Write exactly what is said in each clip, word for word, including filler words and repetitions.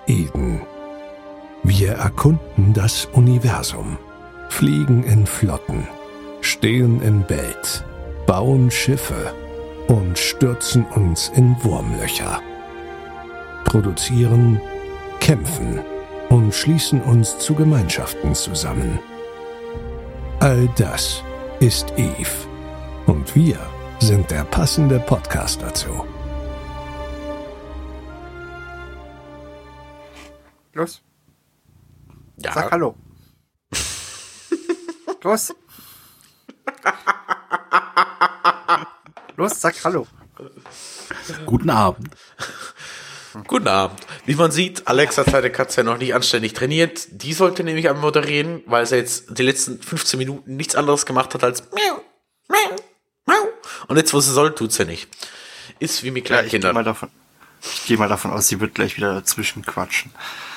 Eden. Wir erkunden das Universum, fliegen in Flotten, stehen in Belt, bauen Schiffe und stürzen uns in Wurmlöcher. Produzieren, kämpfen und schließen uns zu Gemeinschaften zusammen. All das ist Eve. Und wir sind der passende Podcast dazu. Los. Ja. Sag Hallo. Los. Los, sag Hallo. Guten Abend. Guten Abend. Wie man sieht, Alex hat seine Katze noch nicht anständig trainiert. Die sollte nämlich einmal moderieren, weil sie jetzt die letzten fünfzehn Minuten nichts anderes gemacht hat als miau, miau, miau. Und jetzt, wo sie soll, tut sie nicht. Ist wie mit kleinen Ja, ich Kindern. gehe mal davon, ich gehe mal davon aus, sie wird gleich wieder dazwischen quatschen.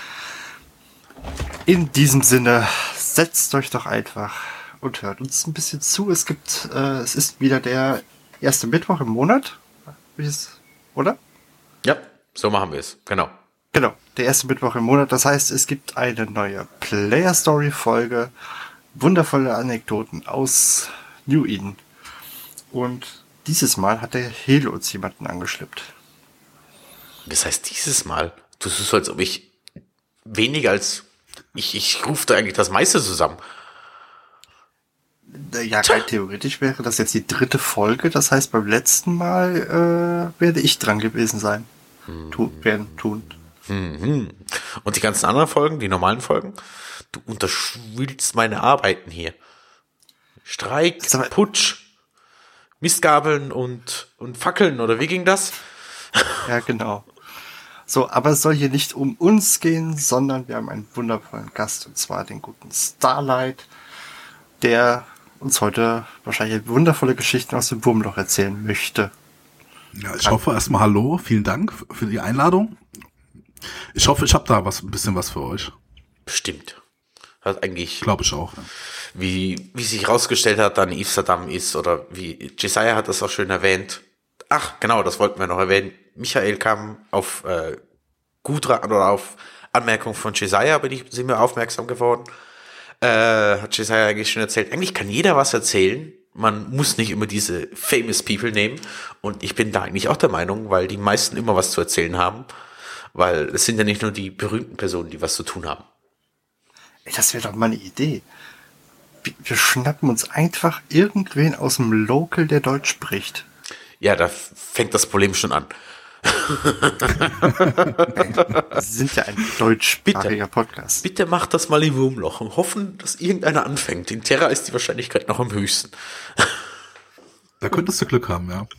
In diesem Sinne, setzt euch doch einfach und hört uns ein bisschen zu. Es gibt, äh, es ist wieder der erste Mittwoch im Monat, oder? Ja, so machen wir es. Genau. Genau, der erste Mittwoch im Monat. Das heißt, es gibt eine neue Player-Story-Folge. Wundervolle Anekdoten aus New Eden. Und dieses Mal hat der Helo uns jemanden angeschleppt. Das heißt, dieses Mal, du tust so, als ob ich weniger als... Ich, ich rufe da eigentlich das meiste zusammen. Ja, rein theoretisch wäre das jetzt die dritte Folge. Das heißt, beim letzten Mal äh, werde ich dran gewesen sein. Tu, werden, tun. Mhm. Und die ganzen anderen Folgen, die normalen Folgen, du unterschwillst meine Arbeiten hier. Streik, aber- Putsch, Mistgabeln und, und Fackeln, oder wie ging das? Ja, genau. So, aber es soll hier nicht um uns gehen, sondern wir haben einen wundervollen Gast, und zwar den guten Starlight, der uns heute wahrscheinlich wundervolle Geschichten aus dem Wurmloch erzählen möchte. Ja, ich hoffe erstmal Hallo, vielen Dank für die Einladung. Ich hoffe, ich habe da was, ein bisschen was für euch. Bestimmt. Hat eigentlich, Glaube ich auch. Ja. wie, wie sich rausgestellt hat, dann Yves Saddam ist, oder wie Jesiah hat das auch schön erwähnt. Ach, genau, das wollten wir noch erwähnen. Michael kam auf äh, Gudra oder auf Anmerkung von Jesiah, bin ich, sind wir aufmerksam geworden. Äh, hat Jesiah eigentlich schon erzählt. Eigentlich kann jeder was erzählen. Man muss nicht immer diese famous people nehmen. Und ich bin da eigentlich auch der Meinung, weil die meisten immer was zu erzählen haben. Weil es sind ja nicht nur die berühmten Personen, die was zu tun haben. Ey, das wäre doch mal eine Idee. Wir, wir schnappen uns einfach irgendwen aus dem Local, der Deutsch spricht. Ja, da fängt das Problem schon an. Wir sind ja ein deutschsprachiger Podcast. Bitte macht das mal im Wurmloch und hoffen, dass irgendeiner anfängt. In Terra ist die Wahrscheinlichkeit noch am höchsten. Da könntest du Glück haben, ja.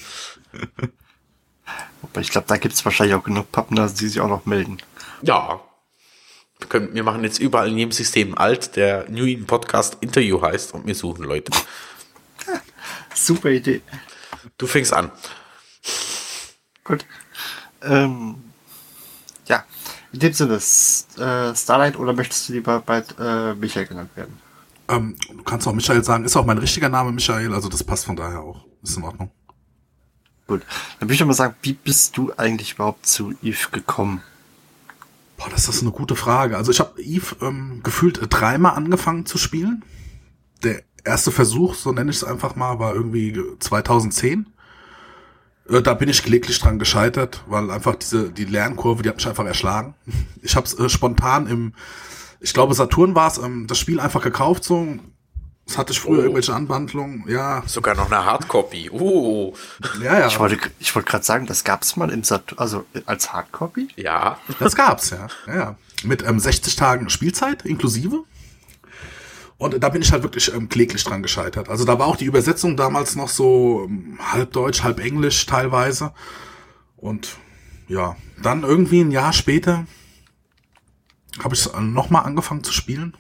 Aber ich glaube, da gibt es wahrscheinlich auch genug Pappnasen, die sich auch noch melden. Ja. Wir, können, wir machen jetzt überall in jedem System alt, der New Eden Podcast Interview heißt, und wir suchen Leute. Super Idee. Du fängst an. Gut. Ähm, ja, in dem Sinne, äh, Starlight, oder möchtest du lieber bei äh, Michael genannt werden? Ähm, du kannst auch Michael sagen, ist auch mein richtiger Name Michael, also das passt von daher auch. Ist in Ordnung. Gut, dann würde ich doch mal sagen, wie bist du eigentlich überhaupt zu Eve gekommen? Boah, das ist eine gute Frage. Also ich habe Eve ähm, gefühlt dreimal angefangen zu spielen. Der erste Versuch, so nenne ich es einfach mal, war irgendwie zweitausendzehn. Äh, da bin ich kläglich dran gescheitert, weil einfach diese die Lernkurve, die hat mich einfach erschlagen. Ich habe es äh, spontan im, ich glaube Saturn war es, ähm, das Spiel einfach gekauft so. Das hatte ich früher Oh. irgendwelche Anwandlungen, ja. Sogar noch eine Hardcopy. Uh. Ja, ja. Ich wollte, ich wollte gerade sagen, das gab's mal im Saturn, also als Hardcopy? Ja. Das gab's, ja. ja, ja. Mit ähm, sechzig Tagen Spielzeit inklusive. Und da bin ich halt wirklich ähm, kläglich dran gescheitert. Also da war auch die Übersetzung damals noch so ähm, halb Deutsch, halb Englisch teilweise. Und ja, dann irgendwie ein Jahr später habe ich nochmal angefangen zu spielen.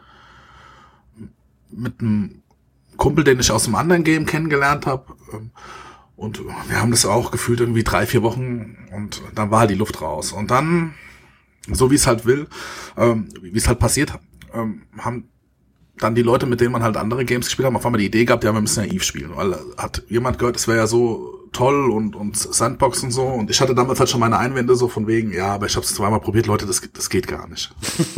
Mit einem Kumpel, den ich aus einem anderen Game kennengelernt habe. Und wir haben das auch gefühlt irgendwie drei, vier Wochen und dann war halt die Luft raus. Und dann, so wie es halt will, ähm, wie es halt passiert, ähm, haben dann die Leute, mit denen man halt andere Games gespielt haben, auf einmal die Idee gehabt, ja, wir müssen ja Eve spielen. Weil hat jemand gehört, es wäre ja so toll und, und Sandbox und so. Und ich hatte damals halt schon meine Einwände so von wegen, ja, aber ich habe es zweimal probiert, Leute, das, das geht gar nicht.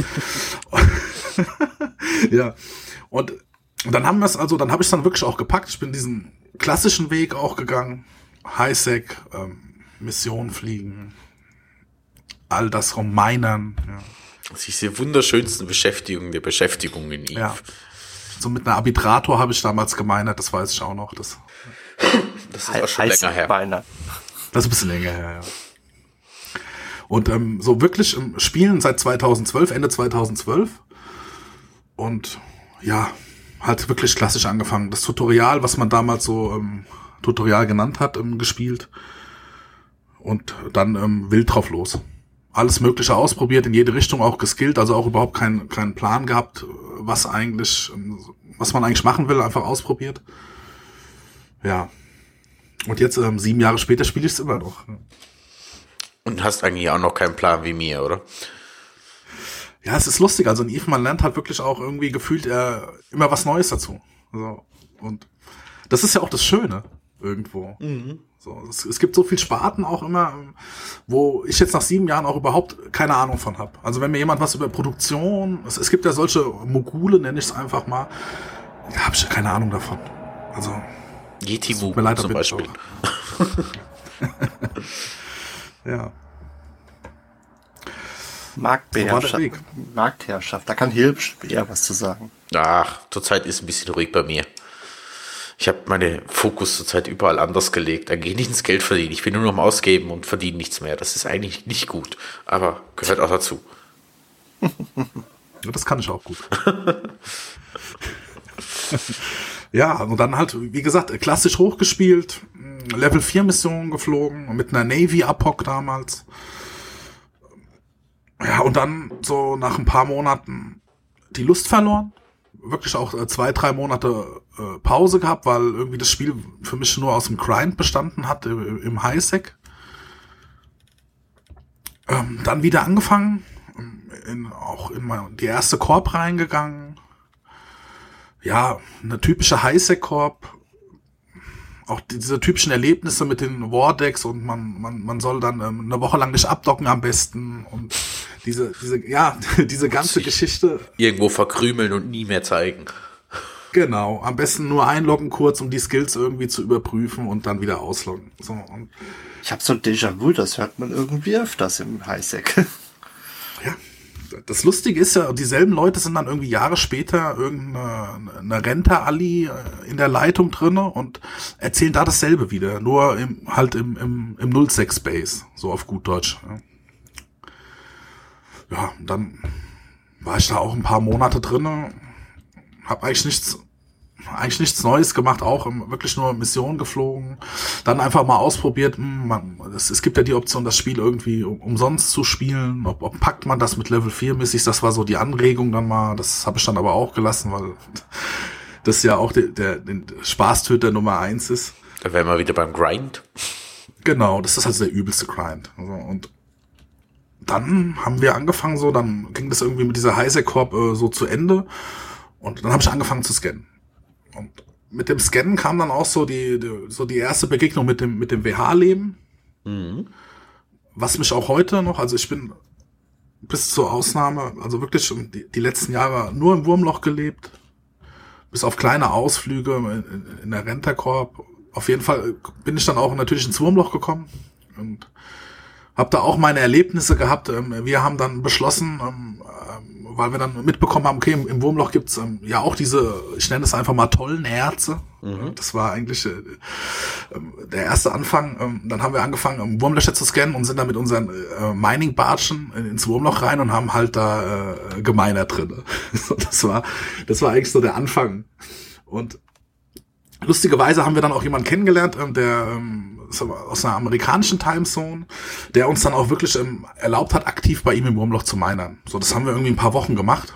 Ja. Und dann haben wir es, also dann habe ich es dann wirklich auch gepackt. Ich bin diesen klassischen Weg auch gegangen. Highsec, ähm, Mission fliegen, all das rumminern. Ja. Das ist die wunderschönsten Beschäftigung der Beschäftigung in Eve. Ja. So mit einer Arbitrator habe ich damals gemeinert, das weiß ich auch noch. Das, das ist auch schon länger her. Beine. Das ist ein bisschen länger her, ja. Und ähm, so wirklich im Spielen seit zweitausendzwölf, Ende zweitausendzwölf. Und ja, halt wirklich klassisch angefangen. Das Tutorial, was man damals so ähm, Tutorial genannt hat, ähm, gespielt. Und dann ähm, wild drauf los. Alles Mögliche ausprobiert, in jede Richtung auch geskillt, also auch überhaupt keinen keinen Plan gehabt, was eigentlich, was man eigentlich machen will, einfach ausprobiert. Ja. Und jetzt, ähm, sieben Jahre später, spiele ich es immer noch. Und hast eigentlich auch noch keinen Plan wie mir, oder? Ja, es ist lustig. Also in Eve, man lernt halt wirklich auch irgendwie gefühlt äh, immer was Neues dazu. So. Und das ist ja auch das Schöne irgendwo. Mhm. So, es, es gibt so viel Sparten auch immer, wo ich jetzt nach sieben Jahren auch überhaupt keine Ahnung von habe. Also wenn mir jemand was über Produktion, es, es gibt ja solche Mogule, nenne ich es einfach mal, da habe ich ja keine Ahnung davon. Also Yeti-Mogul zum Beispiel. Ja. Marktbeherrschaft, so Marktherrschaft, da kann Hilbsch eher was zu sagen. Ach, zurzeit ist ein bisschen ruhig bei mir. Ich habe meine Fokus zurzeit überall anders gelegt. Da gehe ich nicht ins Geld verdienen. Ich will nur noch am Ausgeben und verdiene nichts mehr. Das ist eigentlich nicht gut, aber gehört auch dazu. Das kann ich auch gut. Ja, und dann halt, wie gesagt, klassisch hochgespielt, Level vier Missionen geflogen, mit einer Navy A P O C damals. Ja, und dann so nach ein paar Monaten die Lust verloren. Wirklich auch äh, zwei, drei Monate äh, Pause gehabt, weil irgendwie das Spiel für mich nur aus dem Grind bestanden hat, im, im Highsec. Ähm, dann wieder angefangen, in, auch in mein, die erste Korb reingegangen. Ja, eine typische Highsec-Korb. Auch diese typischen Erlebnisse mit den Wardecks und man man man soll dann ähm, eine Woche lang nicht abdocken am besten und diese diese ja diese ganze Geschichte irgendwo verkrümeln und nie mehr zeigen. Genau, am besten nur einloggen kurz, um die Skills irgendwie zu überprüfen und dann wieder ausloggen. So, und ich habe so ein Déjà-vu, das hört man irgendwie öfters im Highsec. Ja. Das Lustige ist ja, dieselben Leute sind dann irgendwie Jahre später irgendeine eine Renta-Alli in der Leitung drinne und erzählen da dasselbe wieder, nur im, halt im, im, im null sechs Space, so auf gut Deutsch. Ja, dann war ich da auch ein paar Monate drinne, hab eigentlich nichts, eigentlich nichts Neues gemacht, auch im, wirklich nur Missionen geflogen, dann einfach mal ausprobiert, man, es, es gibt ja die Option, das Spiel irgendwie um, umsonst zu spielen, ob, ob packt man das mit Level vier mäßig, das war so die Anregung dann mal, das habe ich dann aber auch gelassen, weil das ja auch der, der, der Spaßtöter Nummer eins ist. Da wären wir wieder beim Grind. Genau, das ist also der übelste Grind. Also, und dann haben wir angefangen so, dann ging das irgendwie mit dieser Highsec-Korb äh, so zu Ende und dann habe ich angefangen zu scannen. Und mit dem Scannen kam dann auch so die, die so die erste Begegnung mit dem mit dem W H-Leben, mhm. Was mich auch heute noch, also ich bin bis zur Ausnahme, also wirklich die, die letzten Jahre nur im Wurmloch gelebt, bis auf kleine Ausflüge in, in der Renta-Korb. Auf jeden Fall bin ich dann auch natürlich ins Wurmloch gekommen und habe da auch meine Erlebnisse gehabt. Wir haben dann beschlossen, weil wir dann mitbekommen haben, okay, im, im Wurmloch gibt's ähm, ja auch diese, ich nenne es einfach mal tollen Erze. Mhm. Das war eigentlich äh, äh, der erste Anfang. Ähm, dann haben wir angefangen, um Wurmlöcher zu scannen und sind dann mit unseren äh, Mining-Bartschen ins Wurmloch rein und haben halt da äh, Gemeiner drin. das war, das war eigentlich so der Anfang. Und lustigerweise haben wir dann auch jemanden kennengelernt, ähm, der ähm, aus einer amerikanischen Timezone, der uns dann auch wirklich ähm, erlaubt hat, aktiv bei ihm im Wurmloch zu minern. So, das haben wir irgendwie ein paar Wochen gemacht.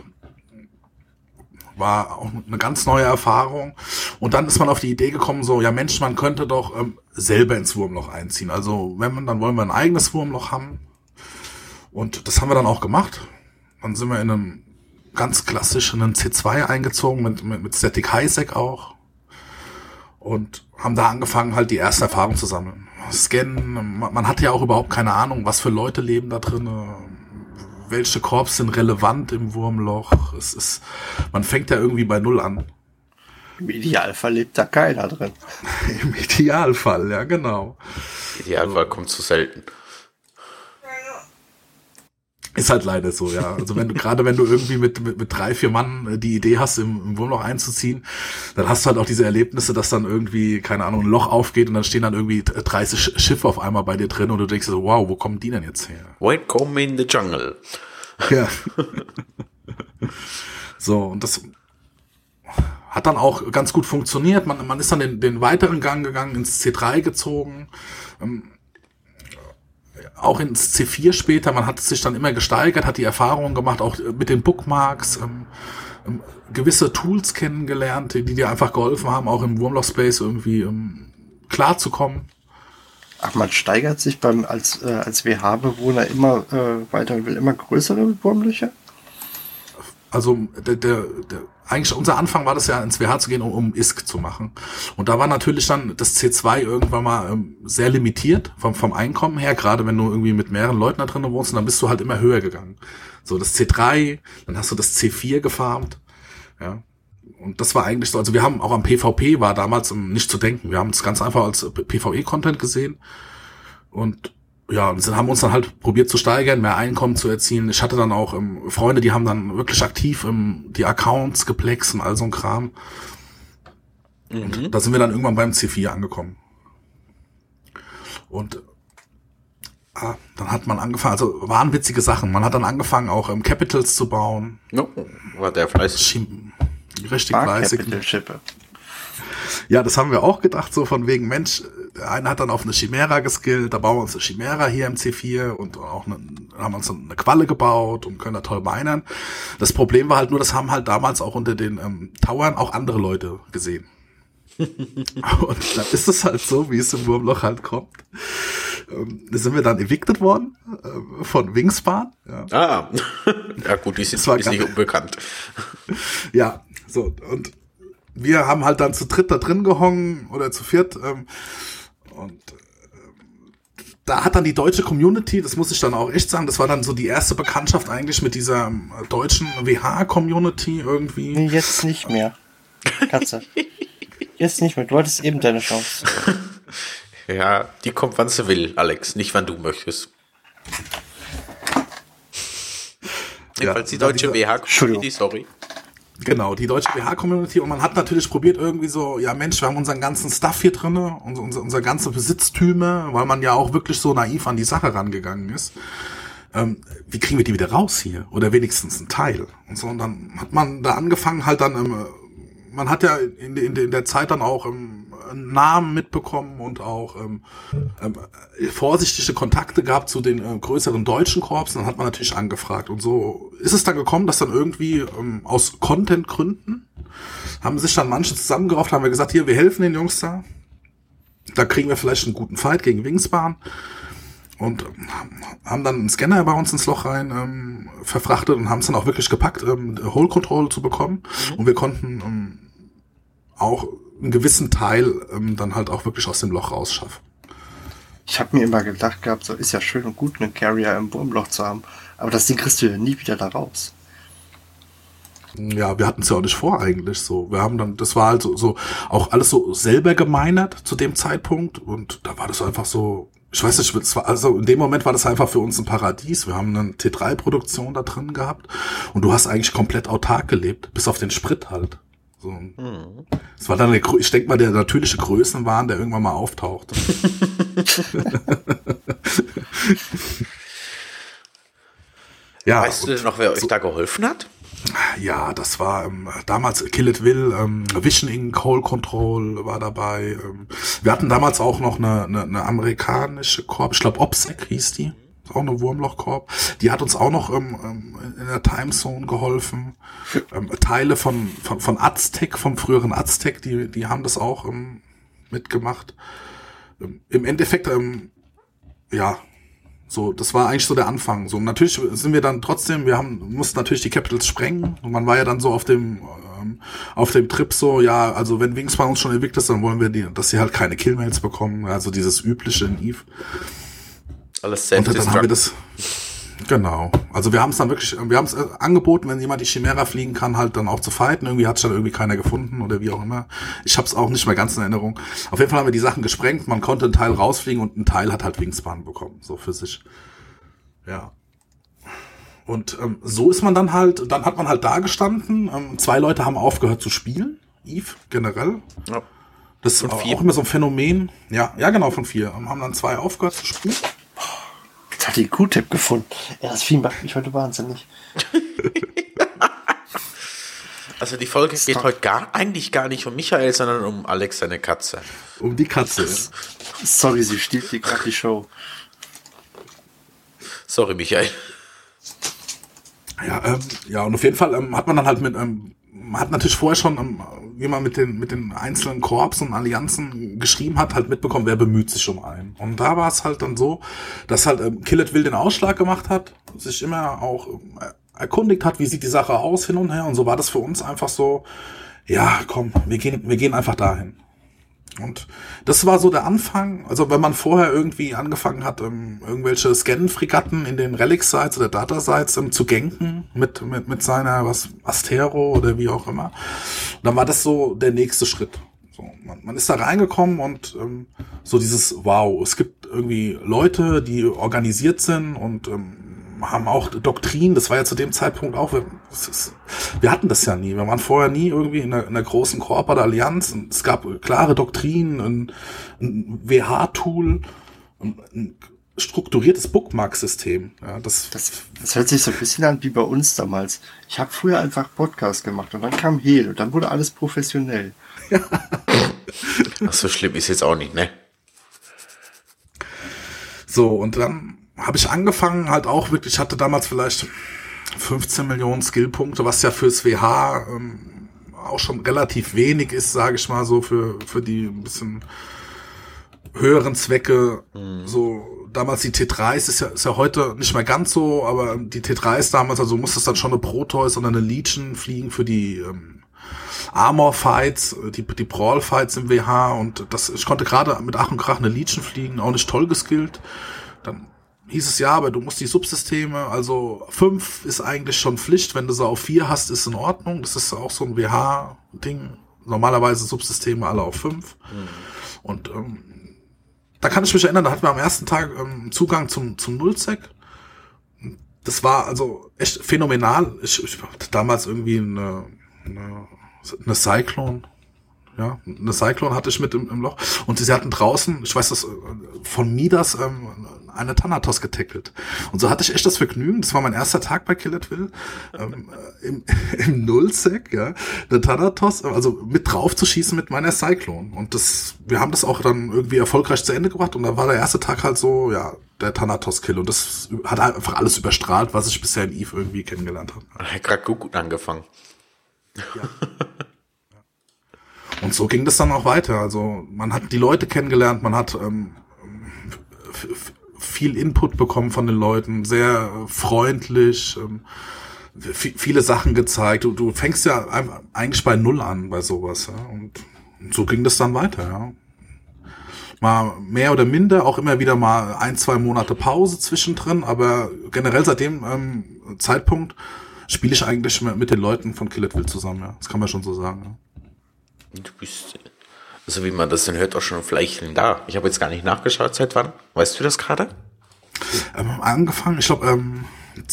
War auch eine ganz neue Erfahrung. Und dann ist man auf die Idee gekommen, so, ja Mensch, man könnte doch ähm, selber ins Wurmloch einziehen. Also wenn man, dann wollen wir ein eigenes Wurmloch haben. Und das haben wir dann auch gemacht. Dann sind wir in einem ganz klassischen C zwei eingezogen, mit, mit, mit Static Highsec auch. Und haben da angefangen, halt die ersten Erfahrungen zu sammeln. Scannen, man, man hatte ja auch überhaupt keine Ahnung, was für Leute leben da drin, welche Korps sind relevant im Wurmloch. Es ist, man fängt ja irgendwie bei Null an. Im Idealfall lebt da keiner drin. Im Idealfall, ja genau. Idealfall kommt zu selten. Ist halt leider so, ja. Also wenn du, gerade wenn du irgendwie mit, mit, mit drei, vier Mann die Idee hast, im, im Wurmloch einzuziehen, dann hast du halt auch diese Erlebnisse, dass dann irgendwie, keine Ahnung, ein Loch aufgeht und dann stehen dann irgendwie dreißig Schiffe auf einmal bei dir drin und du denkst so, wow, wo kommen die denn jetzt her? Welcome in the jungle. Ja. So, und das hat dann auch ganz gut funktioniert. Man, man ist dann den, den weiteren Gang gegangen, ins C drei gezogen, ähm, auch ins C vier später. Man hat sich dann immer gesteigert, hat die Erfahrungen gemacht, auch mit den Bookmarks, ähm, ähm, gewisse Tools kennengelernt, die dir einfach geholfen haben, auch im Wurmloch-Space irgendwie ähm, klarzukommen. Ach, man steigert sich beim als äh, als W H-Bewohner immer äh, weiter und will immer größere Wurmlöcher? Also der, der, der eigentlich unser Anfang war das ja, ins W H zu gehen, um, um I S K zu machen. Und da war natürlich dann das C zwei irgendwann mal ähm, sehr limitiert vom, vom Einkommen her, gerade wenn du irgendwie mit mehreren Leuten da drin wohnst, und dann bist du halt immer höher gegangen. So das C drei, dann hast du das C vier gefarmt, ja. Und das war eigentlich so, also wir haben auch am P V P war damals um, nicht zu denken. Wir haben es ganz einfach als P V E-Content gesehen und ja, und haben uns dann halt probiert zu steigern, mehr Einkommen zu erzielen. Ich hatte dann auch ähm, Freunde, die haben dann wirklich aktiv ähm, die Accounts geplext und all so ein Kram. Mhm. Und da sind wir dann irgendwann beim C vier angekommen. Und ah, dann hat man angefangen, also waren witzige Sachen. Man hat dann angefangen, auch ähm, Capitals zu bauen. No, war der fleißig. Richtig fleißig. Ja, das haben wir auch gedacht, so von wegen, Mensch, der eine hat dann auf eine Chimera geskillt, da bauen wir uns eine Chimera hier im C vier und auch eine, haben uns eine Qualle gebaut und können da toll minern. Das Problem war halt nur, das haben halt damals auch unter den ähm, Towern auch andere Leute gesehen. Und dann ist es halt so, wie es im Wurmloch halt kommt. Ähm, da sind wir dann evicted worden äh, von Wingspan. Ja. Ah, ja gut, die sind ist nicht unbekannt. Ja, so, und wir haben halt dann zu dritt da drin gehongen oder zu viert ähm, und äh, da hat dann die deutsche Community, das muss ich dann auch echt sagen, das war dann so die erste Bekanntschaft eigentlich mit dieser ähm, deutschen W H-Community irgendwie. Nee, jetzt nicht mehr. Katze. Jetzt nicht mehr, du hattest eben deine Chance. Ja, die kommt, wann sie will, Alex, nicht wann du möchtest. Jedenfalls ja, die deutsche W H-Community, sorry. Genau, die deutsche W H-Community, und man hat natürlich probiert irgendwie so, ja Mensch, wir haben unseren ganzen Stuff hier drinne, unser, unser, unser ganze Besitztümer, weil man ja auch wirklich so naiv an die Sache rangegangen ist. Ähm, wie kriegen wir die wieder raus hier? Oder wenigstens einen Teil. Und so, und dann hat man da angefangen halt dann, ähm, man hat ja in, in, in der Zeit dann auch ähm, einen Namen mitbekommen und auch ähm, ähm, vorsichtige Kontakte gehabt zu den äh, größeren deutschen Korps. Dann hat man natürlich angefragt. Und so ist es dann gekommen, dass dann irgendwie ähm, aus Content-Gründen haben sich dann manche zusammengerauft, haben wir gesagt, hier, wir helfen den Jungs da. Da kriegen wir vielleicht einen guten Fight gegen Wingspan. Und ähm, haben dann einen Scanner bei uns ins Loch rein ähm, verfrachtet und haben es dann auch wirklich gepackt, ähm, Hole Control zu bekommen. Mhm. Und wir konnten ähm, auch einen gewissen Teil ähm, dann halt auch wirklich aus dem Loch rausschaffen. Ich habe mir immer gedacht gehabt, so ist ja schön und gut, einen Carrier im Wurmloch zu haben, aber das Ding kriegst du ja nie wieder da raus. Ja, wir hatten es ja auch nicht vor eigentlich so. Wir haben dann, das war halt so, so auch alles so selber gemeinert zu dem Zeitpunkt, und da war das einfach so, ich weiß nicht, es war, also in dem Moment war das einfach für uns ein Paradies. Wir haben eine T drei Produktion da drin gehabt und du hast eigentlich komplett autark gelebt, bis auf den Sprit halt. So. Mhm. Das war dann, der, ich denke mal, der natürliche Größenwahn, der irgendwann mal auftauchte. Ja, weißt du denn noch, wer euch so, da geholfen hat? Ja, das war ähm, damals Kill It Will, ähm, Vision Incorporated, Hole Control war dabei. Ähm, wir hatten damals auch noch eine, eine, eine amerikanische Korb, ich glaube OPSEC hieß die. Auch eine Wurmloch-Korb. Die hat uns auch noch ähm, in der Timezone geholfen. Ähm, Teile von, von, von Aztec, vom früheren Aztec, die, die haben das auch ähm, mitgemacht. Ähm, Im Endeffekt, ähm, ja, So, das war eigentlich so der Anfang. So, natürlich sind wir dann trotzdem, wir haben, mussten natürlich die Capitals sprengen. Und man war ja dann so auf dem, ähm, auf dem Trip so, ja, also wenn Wingspan uns schon entwickelt ist, dann wollen wir die, dass sie halt keine Killmails bekommen. Also dieses übliche in Eve. Alles selbst. Und dann haben wir das, genau. Also wir haben es dann wirklich, wir haben es angeboten, wenn jemand die Chimera fliegen kann, halt dann auch zu fighten. Irgendwie hat es dann irgendwie keiner gefunden oder wie auch immer. Ich habe es auch nicht mehr ganz in Erinnerung. Auf jeden Fall haben wir die Sachen gesprengt. Man konnte einen Teil rausfliegen und ein Teil hat halt Wingspan bekommen, so für sich. Ja. Und ähm, so ist man dann halt, dann hat man halt da gestanden. Ähm, zwei Leute haben aufgehört zu spielen. Eve generell. Ja. Das ist auch immer so ein Phänomen. Ja, ja genau, von vier. Ähm, haben dann zwei aufgehört zu spielen. Jetzt hat die einen Q-Tip gefunden. Ja, das Vieh macht mich heute wahnsinnig. Also die Folge geht Stop. heute gar, eigentlich gar nicht um Michael, sondern um Alex, seine Katze. Um die Katze. Sorry, sie stiehlt die gerade die Show. Sorry, Michael. Ja, ähm, ja, und auf jeden Fall ähm, hat man dann halt mit, ähm, man hat natürlich vorher schon, ähm, wie man mit den mit den einzelnen Korps und Allianzen geschrieben hat, halt mitbekommen, wer bemüht sich um einen. Und da war es halt dann so, dass halt ähm, Kill It Will den Ausschlag gemacht hat, sich immer auch ähm, erkundigt hat, wie sieht die Sache aus, hin und her. Und so war das für uns einfach so, ja, komm, wir gehen, wir gehen einfach dahin. Und das war so der Anfang, also wenn man vorher irgendwie angefangen hat, um, irgendwelche Scan-Fregatten in den Relic-Sites oder Data-Sites um, zu ganken mit, mit, mit seiner, was, Astero oder wie auch immer, dann war das so der nächste Schritt. So, man, man ist da reingekommen und ähm, so dieses, wow, es gibt irgendwie Leute, die organisiert sind und ähm, haben auch Doktrin, das war ja zu dem Zeitpunkt auch, wir, ist, wir hatten das ja nie, wir waren vorher nie irgendwie in einer, in einer großen Corporate Allianz und es gab klare Doktrinen, ein, ein W H-Tool, ein, ein strukturiertes Bookmark-System. Ja, das, das, das hört sich so ein bisschen an wie bei uns damals. Ich habe früher einfach Podcast gemacht und dann kam Hehl und dann wurde alles professionell. Ja. Ach, so schlimm ist jetzt auch nicht, ne? So, und dann habe ich angefangen, halt auch wirklich, ich hatte damals vielleicht fünfzehn Millionen Skillpunkte, was ja fürs W H ähm, auch schon relativ wenig ist, sage ich mal so, für für die ein bisschen höheren Zwecke. Mhm. So damals die T dreis ist ja, ist ja heute nicht mehr ganz so, aber die T dreis damals, also musste es dann schon eine Proteus und eine Legion fliegen für die ähm, Armor-Fights, die, die Brawl-Fights im W H und das, ich konnte gerade mit Ach und Krach eine Legion fliegen, auch nicht toll geskillt. Dann hieß es ja, aber du musst die Subsysteme, also fünf ist eigentlich schon Pflicht, wenn du sie auf vier hast, ist in Ordnung. Das ist auch so ein W H-Ding. Normalerweise Subsysteme alle auf fünf. Mhm. Und ähm, da kann ich mich erinnern, da hatten wir am ersten Tag ähm, Zugang zum zum Nullsec. Das war also echt phänomenal. Ich, ich hatte damals irgendwie eine, eine, eine Cyclone. Ja, eine Cyclone hatte ich mit im, im Loch. Und sie hatten draußen, ich weiß das, von Midas ähm, eine Thanatos getackelt. Und so hatte ich echt das Vergnügen, das war mein erster Tag bei Kill It Will, ähm, im, im Nullsec, ja, eine Thanatos, also mit drauf zu schießen mit meiner Cyclone. Und das, wir haben das auch dann irgendwie erfolgreich zu Ende gebracht. Und da war der erste Tag halt so, ja, der Thanatos-Kill. Und das hat einfach alles überstrahlt, was ich bisher in Eve irgendwie kennengelernt habe. Hat gerade gut angefangen. Ja. Und so ging das dann auch weiter. Also man hat die Leute kennengelernt, man hat ähm, f- f- viel Input bekommen von den Leuten, sehr freundlich, ähm, f- viele Sachen gezeigt. Du, du fängst ja eigentlich bei Null an bei sowas. Ja? Und, und so ging das dann weiter. Ja? Mal mehr oder minder, auch immer wieder mal ein, zwei Monate Pause zwischendrin, aber generell seit dem ähm, Zeitpunkt spiele ich eigentlich mit den Leuten von Kill It Will zusammen. Ja? Das kann man schon so sagen. Ja? Du bist, also wie man das denn hört, auch schon ein Fleischchen da. Ich habe jetzt gar nicht nachgeschaut, seit wann. Weißt du das gerade? Ähm, angefangen, ich glaube, ähm,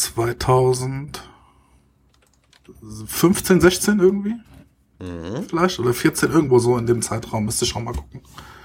zweitausendfünfzehn, sechzehn irgendwie. Mhm. Vielleicht, oder vierzehn, irgendwo so in dem Zeitraum, müsste ich schon mal gucken.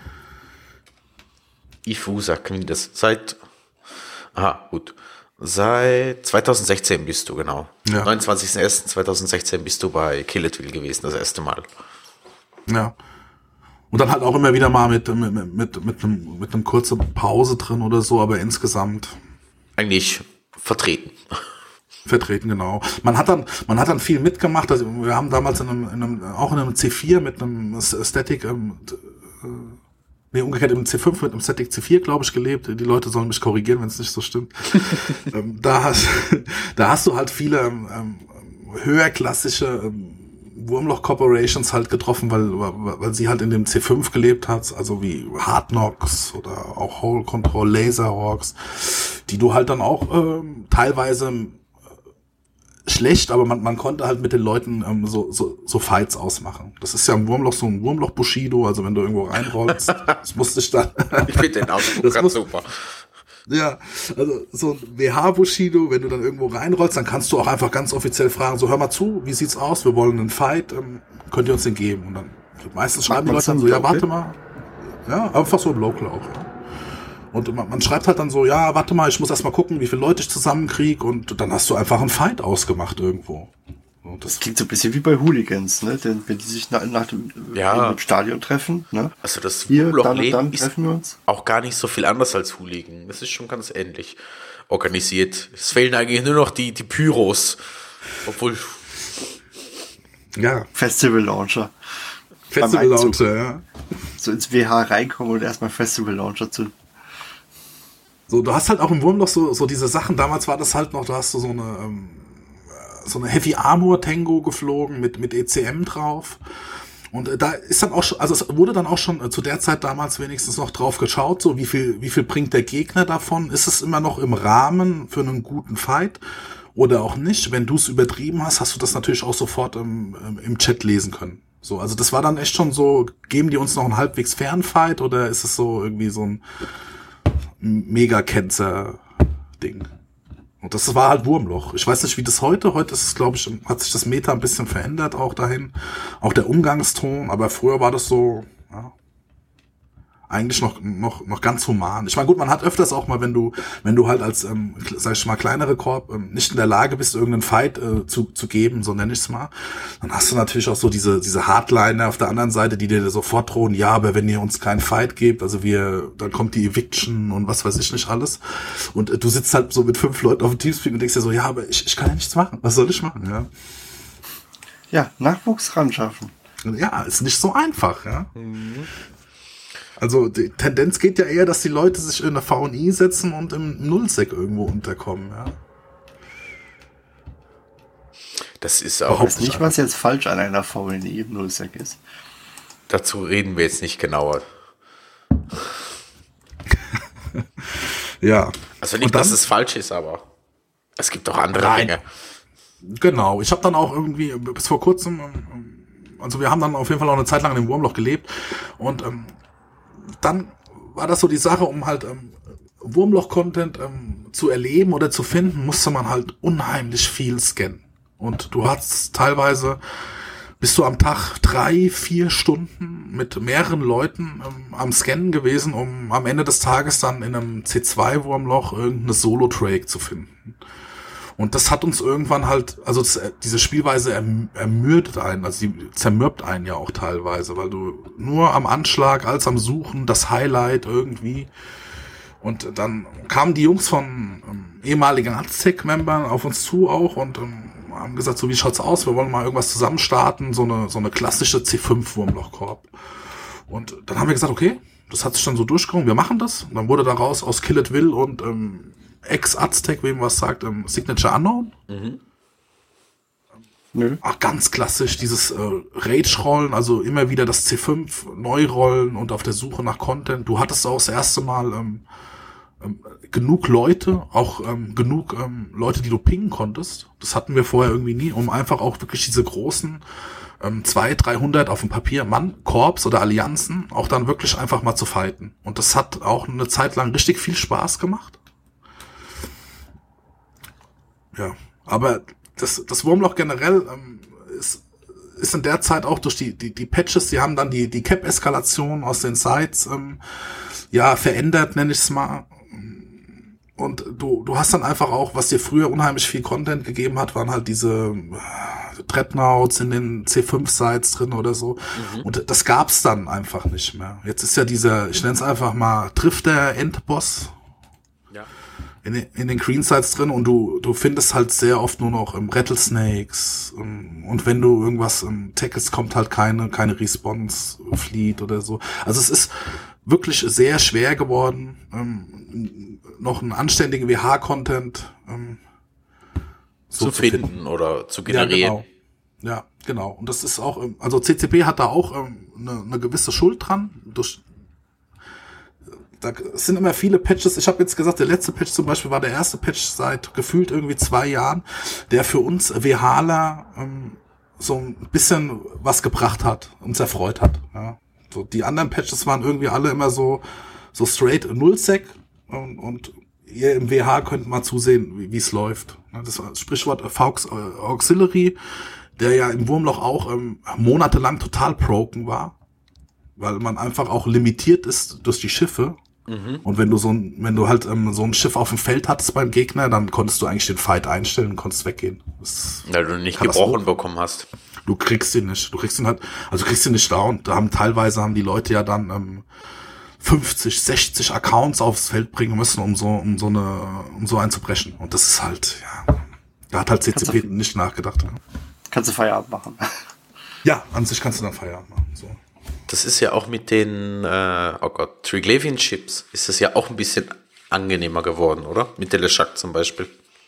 Ifusa, klingt das seit, aha, gut. Seit zweitausendsechzehn bist du, genau. Ja. neunundzwanzigster erster zweitausendsechzehn bist du bei Kill It Will gewesen, das erste Mal. Ja. Und dann halt auch immer wieder mal mit mit mit mit einem mit einem kurzen Pause drin oder so, aber insgesamt eigentlich vertreten. Vertreten, genau. Man hat dann man hat dann viel mitgemacht. Also wir haben damals in einem, in einem auch in einem C vier mit einem Static ähm, nee, umgekehrt im C fünf mit einem Z X C vier, glaube ich, gelebt. Die Leute sollen mich korrigieren, wenn es nicht so stimmt. ähm, da hast, da hast du halt viele ähm, höherklassische ähm, Wurmloch Corporations halt getroffen, weil, weil, weil sie halt in dem C fünf gelebt hat, also wie Hard Knocks oder auch Hole Control, Laserhawks, die du halt dann auch ähm, teilweise ähm, schlecht, aber man, man konnte halt mit den Leuten ähm, so, so, so Fights ausmachen. Das ist ja im Wurmloch so ein Wurmloch Bushido, also wenn du irgendwo reinrollst, das musste ich dann. Ich finde den Ausdruck ganz super. Ja, also so ein W H Bushido, wenn du dann irgendwo reinrollst, dann kannst du auch einfach ganz offiziell fragen, so hör mal zu, wie sieht's aus, wir wollen einen Fight, ähm, könnt ihr uns den geben? Und dann meistens schreiben die Leute dann so, ja, warte mal. Ja, einfach so im Local auch. Ja. Und man, man schreibt halt dann so, ja, warte mal, ich muss erst mal gucken, wie viele Leute ich zusammenkriege, und dann hast du einfach einen Fight ausgemacht irgendwo. Und das klingt so ein bisschen wie bei Hooligans, ne? Denn wenn die sich nach, nach dem, ja. im Stadion treffen, ne? Also das Hier, dann und dann treffen wir uns. Auch gar nicht so viel anders als Hooligan. Das ist schon ganz ähnlich organisiert. Es fehlen eigentlich nur noch die, die Pyros. Obwohl. Ja. Festival Launcher. Festival Launcher, ja. So ins W H reinkommen und erstmal Festival Launcher zünden. So, du hast halt auch im Wurmloch so, so diese Sachen. Damals war das halt noch, da hast du so eine, ähm, so eine Heavy Armor Tango geflogen mit, mit E C M drauf. Und äh, da ist dann auch schon, also es wurde dann auch schon äh, zu der Zeit damals wenigstens noch drauf geschaut, so wie viel, wie viel bringt der Gegner davon? Ist es immer noch im Rahmen für einen guten Fight oder auch nicht? Wenn du es übertrieben hast, hast du das natürlich auch sofort im, im Chat lesen können. So, also das war dann echt schon so, geben die uns noch einen halbwegs fairen Fight oder ist es so irgendwie so ein Mega-Cancer-Ding? Und das war halt Wurmloch. Ich weiß nicht, wie das heute, heute ist es, glaube ich, hat sich das Meta ein bisschen verändert auch dahin. Auch der Umgangston, aber früher war das so, ja, eigentlich noch, noch, noch ganz human. Ich meine, gut, man hat öfters auch mal, wenn du, wenn du halt als, ähm, sag ich mal, kleinere Korb ähm, nicht in der Lage bist, irgendeinen Fight äh, zu, zu geben, so nenne ich es mal, dann hast du natürlich auch so diese, diese Hardliner auf der anderen Seite, die dir sofort drohen, ja, aber wenn ihr uns keinen Fight gebt, also wir, dann kommt die Eviction und was weiß ich nicht alles. Und äh, du sitzt halt so mit fünf Leuten auf dem Teamspeak und denkst dir so, ja, aber ich, ich kann ja nichts machen. Was soll ich machen, ja? Ja, Nachwuchs ran schaffen. Ja, ist nicht so einfach, ja. Mhm. Also die Tendenz geht ja eher, dass die Leute sich in der V N I setzen und im Nullsec irgendwo unterkommen, ja. Das ist auch... Ich weiß nicht, was jetzt falsch an einer V N I im Nullsec ist. Dazu reden wir jetzt nicht genauer. Ja. Also nicht, dann, dass es falsch ist, aber es gibt auch andere nein. Dinge. Genau, ich habe dann auch irgendwie bis vor kurzem, also wir haben dann auf jeden Fall auch eine Zeit lang in dem Wurmloch gelebt und ähm, dann war das so die Sache, um halt ähm, Wurmloch-Content ähm, zu erleben oder zu finden, musste man halt unheimlich viel scannen. Und du hast teilweise, bist du am Tag drei, vier Stunden mit mehreren Leuten ähm, am Scannen gewesen, um am Ende des Tages dann in einem C zwei Wurmloch irgendeine Solo-Trake zu finden. Und das hat uns irgendwann halt, also das, diese Spielweise erm, ermürdet einen, also die zermürbt einen ja auch teilweise, weil du nur am Anschlag als am Suchen, das Highlight irgendwie. Und dann kamen die Jungs von ähm, ehemaligen Aztec-Membern auf uns zu auch und ähm, haben gesagt, so wie schaut's aus, wir wollen mal irgendwas zusammen starten, so eine so eine klassische C fünf Wurmloch-Korb. Und dann haben wir gesagt, okay, das hat sich dann so durchgekommen, wir machen das. Und dann wurde daraus aus Kill It Will und ähm, Ex-Aztec, wem was sagt, ähm, Signature Unknown. Mhm. Nö. Ach, ganz klassisch, dieses äh, Rage-Rollen, also immer wieder das C fünf neu rollen und auf der Suche nach Content. Du hattest auch das erste Mal ähm, ähm, genug Leute, auch ähm, genug ähm, Leute, die du pingen konntest. Das hatten wir vorher irgendwie nie, um einfach auch wirklich diese großen ähm, zweihundert, dreihundert auf dem Papier Mann, Korps oder Allianzen auch dann wirklich einfach mal zu fighten. Und das hat auch eine Zeit lang richtig viel Spaß gemacht. Ja, aber das, das Wurmloch generell ähm, ist, ist in der Zeit auch durch die, die, die Patches, die haben dann die, die Cap-Eskalation aus den Sites ähm, ja verändert, nenne ich es mal. Und du, du hast dann einfach auch, was dir früher unheimlich viel Content gegeben hat, waren halt diese äh, Dreadnoughts in den C fünf Sites drin oder so. Mhm. Und das gab's dann einfach nicht mehr. Jetzt ist ja dieser, ich nenne es einfach mal Drifter-Endboss. Ja. In den, in den Green Sites drin und du du findest halt sehr oft nur noch ähm, Rattlesnakes ähm, und wenn du irgendwas ähm, tackest, kommt halt keine keine Response Fleet oder so. Also es ist wirklich sehr schwer geworden, ähm, noch einen anständigen W H-Content ähm, so zu, zu finden, finden oder zu generieren. Ja, genau. Ja, genau. Und das ist auch, ähm, also C C P hat da auch ähm, eine, eine gewisse Schuld dran. Durch, da sind immer viele Patches. Ich habe jetzt gesagt, der letzte Patch zum Beispiel war der erste Patch seit gefühlt irgendwie zwei Jahren, der für uns WHler ähm, so ein bisschen was gebracht hat, uns erfreut hat. Ja. So, die anderen Patches waren irgendwie alle immer so so straight Nullsec und, und ihr im W H könnt mal zusehen, wie es läuft. Das Sprichwort Faux Auxiliary, der ja im Wurmloch auch ähm, monatelang total broken war, weil man einfach auch limitiert ist durch die Schiffe. Mhm. Und wenn du so ein, wenn du halt ähm, so ein Schiff auf dem Feld hattest beim Gegner, dann konntest du eigentlich den Fight einstellen und konntest weggehen. Weil du nicht gebrochen bekommen hast. Du kriegst ihn nicht. Du kriegst ihn halt, also kriegst ihn nicht down. Da haben teilweise haben die Leute ja dann ähm, fünfzig, sechzig Accounts aufs Feld bringen müssen, um so, um so eine, um so einen zu brechen. Und das ist halt, ja, da hat halt C C P du, nicht nachgedacht. Ja. Kannst du Feierabend machen? Ja, an sich kannst du dann Feierabend machen. So. Das ist ja auch mit den, äh, oh Gott, Triglavian Chips ist das ja auch ein bisschen angenehmer geworden, oder? Mit Teleshak zum Beispiel.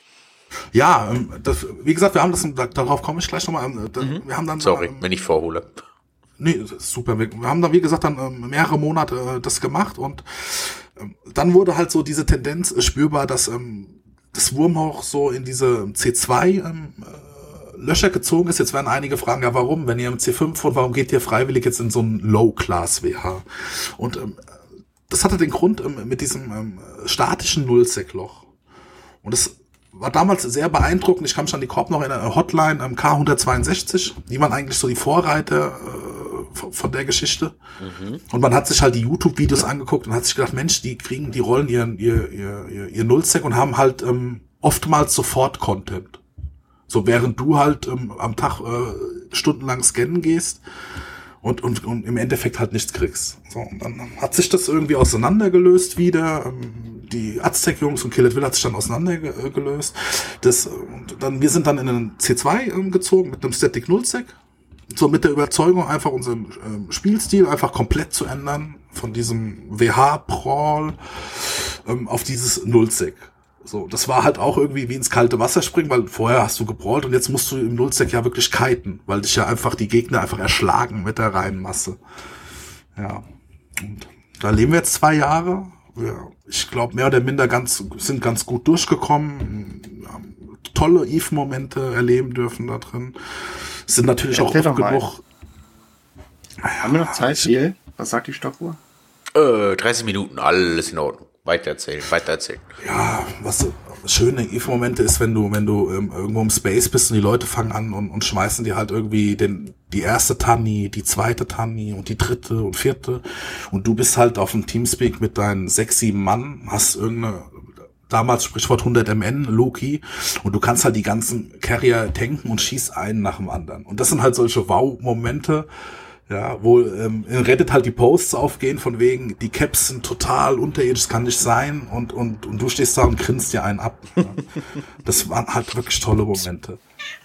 Ja, das, wie gesagt, wir haben das, darauf komme ich gleich nochmal. Mhm. Wir haben dann Sorry, ähm, wenn ich vorhole. Nee, super. Wir haben dann, wie gesagt, dann ähm, mehrere Monate äh, das gemacht und ähm, dann wurde halt so diese Tendenz äh, spürbar, dass ähm, das Wurmloch so in diese C zwei ähm, äh, Löcher gezogen ist. Jetzt werden einige fragen, ja warum, wenn ihr im C fünf wohnt, warum geht ihr freiwillig jetzt in so ein Low-Class-W H? Und ähm, das hatte den Grund ähm, mit diesem ähm, statischen Nullsec-Loch. Und das war damals sehr beeindruckend. Ich kann mich an die Korb noch in der Hotline ähm, K hundertzweiundsechzig. Die waren eigentlich so die Vorreiter äh, von, von der Geschichte. Mhm. Und man hat sich halt die YouTube-Videos angeguckt und hat sich gedacht, Mensch, die kriegen, die rollen ihren, ihr, ihr, ihr, ihr Nullsec und haben halt ähm, oftmals sofort Content. So während du halt ähm, am Tag äh, stundenlang scannen gehst und, und, und im Endeffekt halt nichts kriegst. So, und dann hat sich das irgendwie auseinandergelöst wieder. Ähm, die Aztec-Jungs und Kill It Will hat sich dann auseinandergelöst. Das, und dann, wir sind dann in einen C zwei ähm, gezogen mit einem Static Nullsec. So mit der Überzeugung, einfach unseren ähm, Spielstil einfach komplett zu ändern. Von diesem W H-Brawl ähm, auf dieses Nullsec. So, das war halt auch irgendwie wie ins kalte Wasser springen, weil vorher hast du gebrawlt und jetzt musst du im Nullsec ja wirklich kiten, weil dich ja einfach die Gegner einfach erschlagen mit der reinen Masse. Ja. Und da leben wir jetzt zwei Jahre. Ja, ich glaube, mehr oder minder ganz, sind ganz gut durchgekommen, haben tolle Eve-Momente erleben dürfen da drin. Sind natürlich auch oft genug. Haben wir noch Zeit, Ziel? Was sagt die Stoppuhr? Äh, dreißig Minuten, alles in Ordnung. Weiter erzählen, weiter erzählen. Ja, was schöne Eve-Momente ist, wenn du, wenn du ähm, irgendwo im Space bist und die Leute fangen an und, und schmeißen dir halt irgendwie den, die erste Tanni, die zweite Tanni und die dritte und vierte und du bist halt auf dem Teamspeak mit deinen sechs, sieben Mann, hast irgendeine, damals Sprichwort hundert M N, Loki, und du kannst halt die ganzen Carrier tanken und schießt einen nach dem anderen. Und das sind halt solche Wow-Momente, ja, wo ähm, in Reddit halt die Posts aufgehen von wegen, die Caps sind total unterirdisch, das kann nicht sein und und und du stehst da und grinst dir einen ab. Ja. Das waren halt wirklich tolle Momente.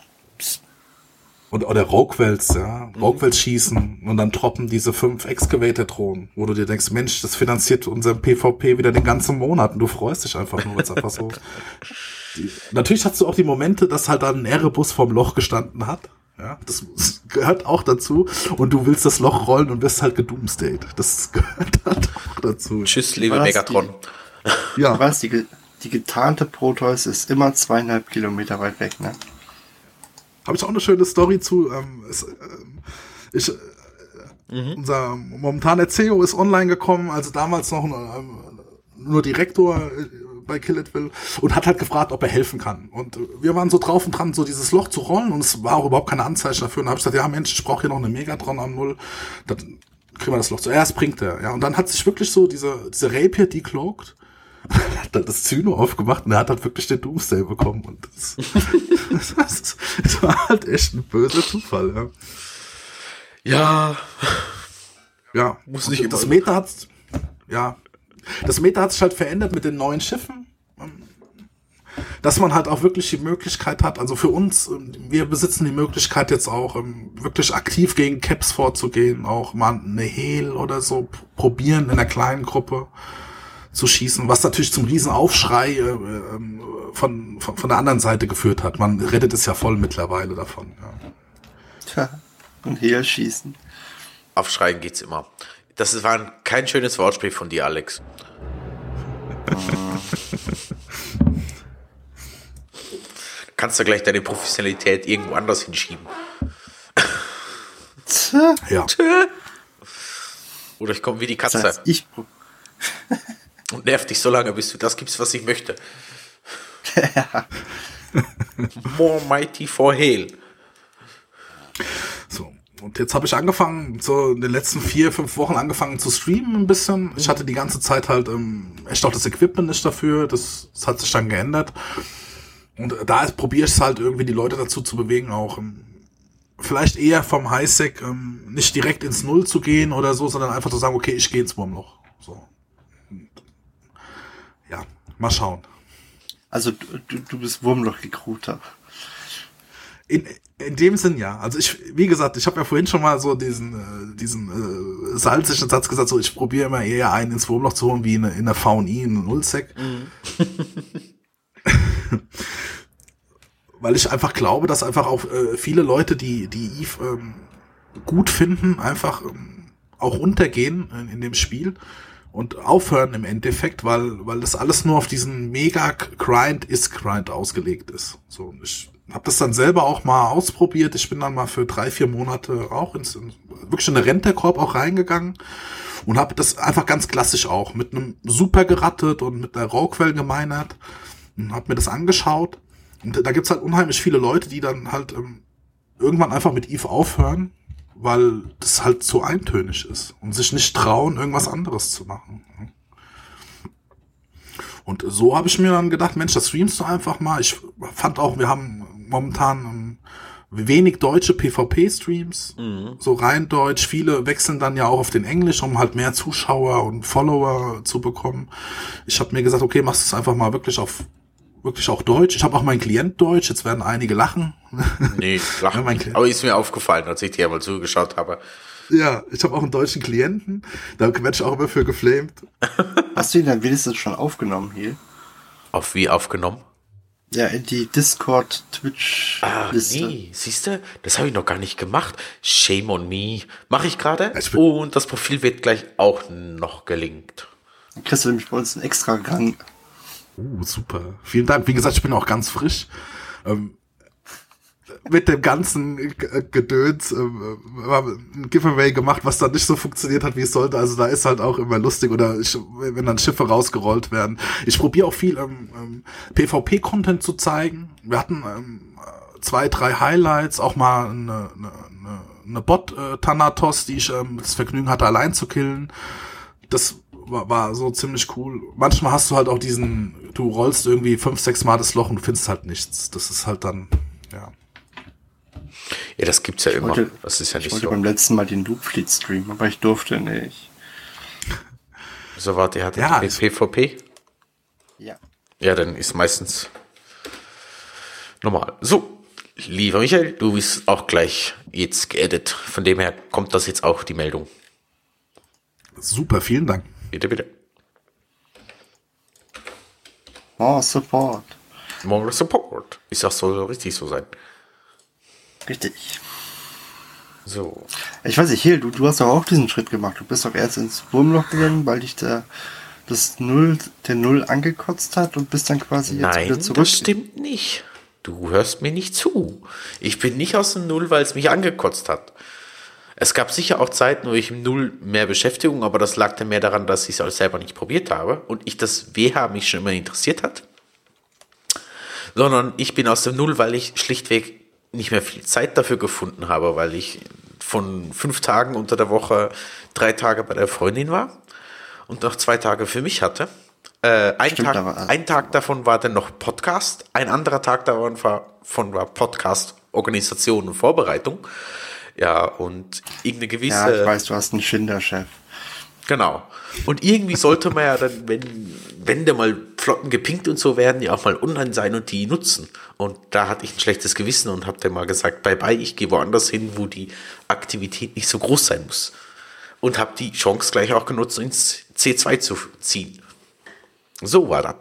Und oder Roguewells, ja, Roguewells schießen und dann droppen diese fünf Excavator-Drohnen, wo du dir denkst, Mensch, das finanziert unser PvP wieder den ganzen Monat und du freust dich einfach nur, weil es einfach so. Die, natürlich hast du auch die Momente, dass halt dann ein Erebus vorm Loch gestanden hat. Ja, das gehört auch dazu. Und du willst das Loch rollen und wirst halt gedoomsdayt. Das gehört halt auch dazu. Tschüss, liebe Megatron. Die, ja. Was, die, die getarnte Proteus ist immer zweieinhalb Kilometer weit weg, ne? Habe ich auch eine schöne Story zu. Ähm, es, äh, ich, äh, mhm. Unser momentaner C E O ist online gekommen, also damals noch äh, nur Direktor äh, bei Kill It Will und hat halt gefragt, ob er helfen kann. Und wir waren so drauf und dran, so dieses Loch zu rollen und es war auch überhaupt keine Anzeichen dafür. Und dann habe ich gesagt, ja Mensch, ich brauche hier noch eine Megatron am Null. Dann kriegen wir das Loch zuerst, bringt er. Ja, und dann hat sich wirklich so diese, diese Rapier decloaked, hat dann das Zyno aufgemacht und er hat halt wirklich den Doomsday bekommen. Und das, das, das, das war halt echt ein böser Zufall. Ja, ja, ja. Muss nicht das Meta hat, ja, Das Meta hat sich halt verändert mit den neuen Schiffen. dass man halt auch wirklich die Möglichkeit hat, also für uns, wir besitzen die Möglichkeit jetzt auch wirklich aktiv gegen Caps vorzugehen, auch mal eine Hehl oder so probieren in einer kleinen Gruppe zu schießen, was natürlich zum riesen Aufschrei äh, von, von von der anderen Seite geführt hat. Man redet es ja voll mittlerweile davon. Ja. Tja, und Hehl schießen. Aufschreien geht's immer. Das war kein schönes Wortspiel von dir, Alex. Kannst du gleich deine Professionalität irgendwo anders hinschieben. Tja. Ja. Oder ich komme wie die Katze. Das heißt, ich und nerv dich so lange, bis du das gibst, was ich möchte. ja. More mighty for Hail. So, und jetzt habe ich angefangen, so in den letzten vier, fünf Wochen angefangen zu streamen ein bisschen. Ich hatte die ganze Zeit halt ähm, echt auch das Equipment nicht dafür. Das, das hat sich dann geändert. Und da probiere ich es halt irgendwie, die Leute dazu zu bewegen, auch ähm, vielleicht eher vom Highsec ähm, nicht direkt ins Null zu gehen oder so, sondern einfach zu sagen, okay, ich gehe ins Wurmloch. So. Und, ja, mal schauen. Also du, du bist Wurmloch-Recruiter. In, in dem Sinn ja. Also ich, wie gesagt, ich habe ja vorhin schon mal so diesen äh, diesen äh, salzigen Satz gesagt, so ich probiere immer eher einen ins Wurmloch zu holen, wie in, in der V und I, in der Nullsec. Mhm. Weil ich einfach glaube, dass einfach auch äh, viele Leute, die die Eve ähm, gut finden, einfach ähm, auch untergehen in, in dem Spiel und aufhören im Endeffekt, weil weil das alles nur auf diesen Mega-Grind-Is-Grind ausgelegt ist. So, ich habe das dann selber auch mal ausprobiert. Ich bin dann mal für drei, vier Monate auch ins in, wirklich in eine Renterkorb auch reingegangen und habe das einfach ganz klassisch auch mit einem Super gerattet und mit einer Rauquelle gemeinert und habe mir das angeschaut. Und da gibt's halt unheimlich viele Leute, die dann halt ähm, irgendwann einfach mit Eve aufhören, weil das halt zu eintönig ist und sich nicht trauen, irgendwas anderes zu machen. Und so habe ich mir dann gedacht, Mensch, das streamst du einfach mal. Ich fand auch, wir haben momentan ähm, wenig deutsche PvP-Streams, mhm. so rein deutsch. Viele wechseln dann ja auch auf den Englisch, um halt mehr Zuschauer und Follower zu bekommen. Ich habe mir gesagt, okay, machst du es einfach mal wirklich auf wirklich auch Deutsch. Ich habe auch meinen Klient Deutsch. Jetzt werden einige lachen. Nee, lachen ja, nicht. Aber ist mir aufgefallen, als ich dir mal zugeschaut habe. Ja, ich habe auch einen deutschen Klienten. Da werde ich auch immer für geflamed. Hast du ihn dann wenigstens schon aufgenommen hier? Auf wie aufgenommen? Ja, in die Discord-Twitch-Liste. Ah, nee, siehst du, das habe ich noch gar nicht gemacht. Shame on me. Mache ich gerade. Oh, und das Profil wird gleich auch noch gelinkt. Dann kriegst du nämlich bei uns einen extra Gang. Uh, super. Vielen Dank. Wie gesagt, ich bin auch ganz frisch. Ähm, mit dem ganzen Gedöns ähm, ein Giveaway gemacht, was dann nicht so funktioniert hat, wie es sollte. Also da ist halt auch immer lustig, oder ich, wenn dann Schiffe rausgerollt werden. Ich probiere auch viel ähm, ähm, PvP-Content zu zeigen. Wir hatten ähm, zwei, drei Highlights, auch mal eine, eine, eine Bot-Thanatos, die ich ähm, das Vergnügen hatte, allein zu killen. Das war, war so ziemlich cool. Manchmal hast du halt auch diesen, du rollst irgendwie fünf, sechs Mal das Loch und du findest halt nichts. Das ist halt dann, ja. Ja, das gibt's ja ich immer. Wollte, das ist ja nicht ich wollte so. beim letzten Mal den Loopfleet streamen, aber ich durfte nicht. So, warte, ihr hattet ja, PvP? Ja. Ja, dann ist meistens normal. So, lieber Michael, du bist auch gleich jetzt geaddet. Von dem her kommt das jetzt auch, die Meldung. Super, vielen Dank. Bitte, bitte. More Support. More Support. Ist das so richtig so sein? Richtig. So. Ich weiß nicht, Hill, du, du hast doch auch diesen Schritt gemacht. Du bist doch erst ins Wurmloch gegangen, weil dich der, das Null, der Null angekotzt hat und bist dann quasi jetzt Nein, wieder zurück. das stimmt nicht. Du hörst mir nicht zu. Ich bin nicht aus dem Null, weil es mich angekotzt hat. Es gab sicher auch Zeiten, wo ich im Null mehr Beschäftigung, aber das lag dann mehr daran, dass ich es selber nicht probiert habe und ich das W H mich schon immer interessiert hat. Sondern ich bin aus dem Null, weil ich schlichtweg nicht mehr viel Zeit dafür gefunden habe, weil ich von fünf Tagen unter der Woche drei Tage bei der Freundin war und noch zwei Tage für mich hatte. Äh, ein, Stimmt, Tag, ein Tag davon war dann noch Podcast, ein anderer Tag davon war, von war Podcast, Organisation und Vorbereitung. Ja, und irgendeine gewisse... Ja, ich weiß, du hast einen Schinderchef. Genau. Und irgendwie sollte man ja dann, wenn, wenn da mal Flotten gepinkt und so werden, ja auch mal online sein und die nutzen. Und da hatte ich ein schlechtes Gewissen und habe dann mal gesagt, bye bye, ich gehe woanders hin, wo die Aktivität nicht so groß sein muss. Und habe die Chance gleich auch genutzt, ins C zwei zu ziehen. So war das.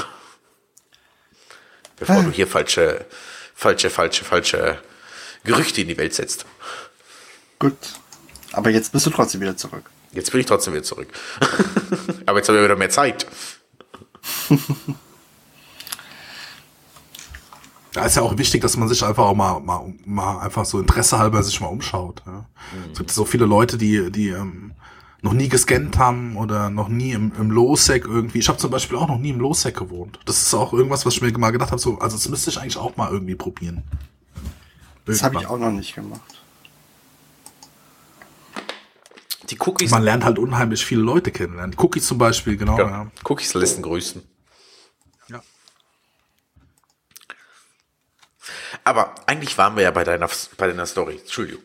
Bevor ah. du hier falsche, falsche, falsche, falsche Gerüchte in die Welt setzt. Gut. Aber jetzt bist du trotzdem wieder zurück. Jetzt bin ich trotzdem wieder zurück. Aber jetzt haben wir wieder mehr Zeit. Da ist ja auch wichtig, dass man sich einfach auch mal, mal, mal einfach so Interesse halber sich mal umschaut. Ja. Mhm. Es gibt so viele Leute, die, die ähm, noch nie gescannt haben oder noch nie im, im Low-Sec irgendwie. Ich habe zum Beispiel auch noch nie im Low-Sec gewohnt. Das ist auch irgendwas, was ich mir mal gedacht habe, so, also das müsste ich eigentlich auch mal irgendwie probieren. Das habe ich auch noch nicht gemacht. Die Cookies. Man lernt halt unheimlich viele Leute kennenlernen. Die Cookies zum Beispiel, genau. Ja. Ja. Cookies lässt grüßen. Ja. Aber eigentlich waren wir ja bei deiner, bei deiner Story. Entschuldigung.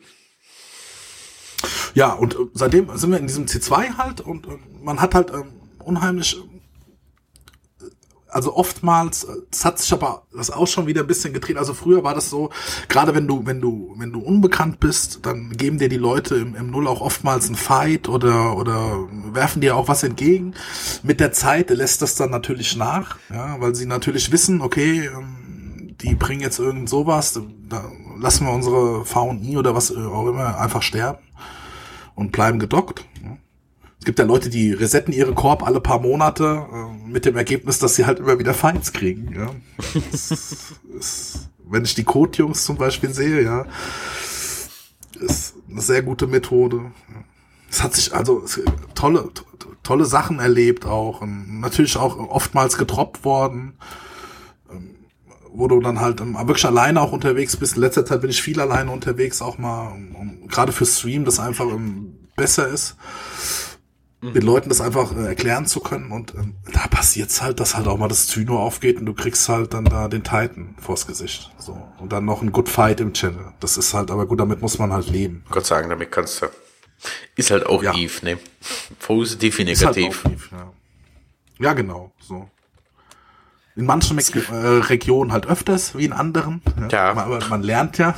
Ja, und äh, seitdem sind wir in diesem C zwei halt und äh, man hat halt ähm, unheimlich, äh, also oftmals, es hat sich aber das auch schon wieder ein bisschen gedreht. Also früher war das so, gerade wenn du, wenn du, wenn du unbekannt bist, dann geben dir die Leute im, im Null auch oftmals einen Fight oder, oder werfen dir auch was entgegen. Mit der Zeit lässt das dann natürlich nach, ja, weil sie natürlich wissen, okay, ähm, die bringen jetzt irgend sowas, da lassen wir unsere V und I oder was auch immer einfach sterben und bleiben gedockt. Es gibt ja Leute, die resetten ihre Korb alle paar Monate äh, mit dem Ergebnis, dass sie halt immer wieder Fights kriegen. Ja. Das ist, wenn ich die Code-Jungs zum Beispiel sehe, ja, ist eine sehr gute Methode. Es hat sich also tolle, tolle Sachen erlebt auch. Und natürlich auch oftmals getroppt worden, wo du dann halt ähm, wirklich alleine auch unterwegs bist. In letzter Zeit bin ich viel alleine unterwegs, auch mal, um, um, gerade für Stream, das einfach um, besser ist, mhm. den Leuten das einfach äh, erklären zu können. Und ähm, da passiert's halt, dass halt auch mal das Zyno aufgeht und du kriegst halt dann da den Titan vors Gesicht. So. Und dann noch ein Good Fight im Channel. Das ist halt, aber gut, damit muss man halt leben. Gott sagen, damit kannst du. Ist halt auch ja. Eve, ne? Positiv wie negativ. Ist halt auch Eve, ja. Ja, genau, so. In manchen Me- äh, Regionen halt öfters wie in anderen. Ja. Ja. Aber man lernt ja.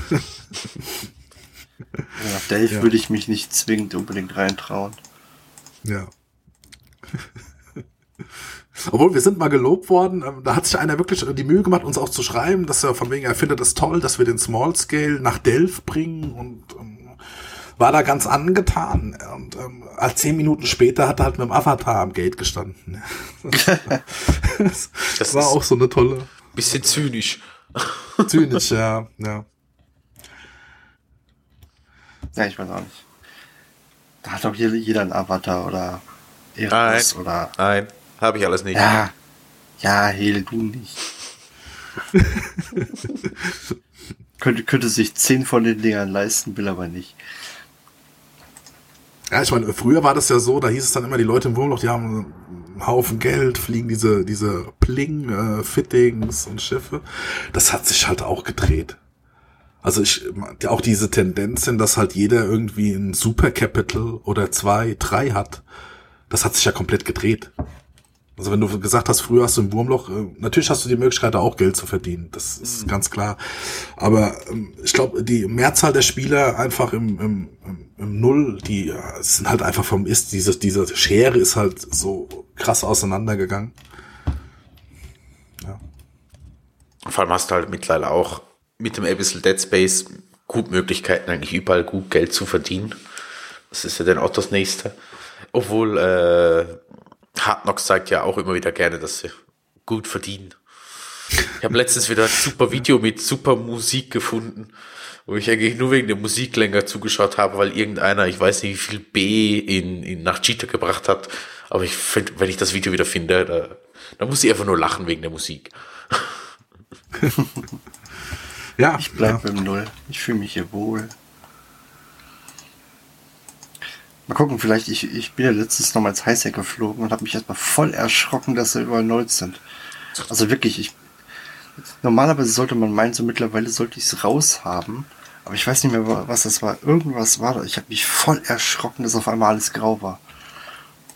Ja, auf Delph ja. würde ich mich nicht zwingend unbedingt reintrauen. Ja. Obwohl, wir sind mal gelobt worden, da hat sich einer wirklich die Mühe gemacht, uns auch zu schreiben, dass er von wegen, er findet es toll, dass wir den Small Scale nach Delph bringen und um, war da ganz angetan. Und ähm, zehn Minuten später hat er halt mit dem Avatar am Gate gestanden. das, das war auch so eine tolle... Bisschen zynisch. Zynisch, ja, ja. Ja, ich weiß auch nicht. Da hat doch hier jeder einen Avatar oder Eros Nein. oder... Nein, habe ich alles nicht. Ja, ja, Hele, du nicht. könnte, könnte sich zehn von den Dingern leisten, will aber nicht. Ja, ich meine, früher war das ja so, da hieß es dann immer, die Leute im Wurmloch, die haben einen Haufen Geld, fliegen diese diese Pling-Fittings äh, und Schiffe. Das hat sich halt auch gedreht. Also ich, auch diese Tendenz, dass halt jeder irgendwie ein Super Capital oder zwei, drei hat, das hat sich ja komplett gedreht. Also wenn du gesagt hast, früher hast du im Wurmloch, natürlich hast du die Möglichkeit, da auch Geld zu verdienen. Das ist mhm. ganz klar. Aber ähm, ich glaube, die Mehrzahl der Spieler einfach im, im, im, im Null, die ja, sind halt einfach vom Ist, diese, diese Schere ist halt so krass auseinandergegangen. Ja. Vor allem hast du halt mittlerweile auch mit dem Abyssal Dead Space gut Möglichkeiten, eigentlich überall gut Geld zu verdienen. Das ist ja dann auch das Nächste. Obwohl, äh, Hard Knocks sagt ja auch immer wieder gerne, dass sie gut verdienen. Ich habe letztens wieder ein super Video mit super Musik gefunden, wo ich eigentlich nur wegen der Musik länger zugeschaut habe, weil irgendeiner, ich weiß nicht, wie viel B in, in nach Cheetah gebracht hat, aber ich finde, wenn ich das Video wieder finde, da, da muss ich einfach nur lachen wegen der Musik. Ja, ich bleib ja. im Null. Ich fühle mich hier wohl. Mal gucken, vielleicht, ich, ich bin ja letztens noch mal ins Highsec geflogen und habe mich erstmal voll erschrocken, dass da überall Nulls sind. Also wirklich, ich normalerweise sollte man meinen, so mittlerweile sollte ich es raus haben, aber ich weiß nicht mehr, was das war. Irgendwas war da. Ich habe mich voll erschrocken, dass auf einmal alles grau war.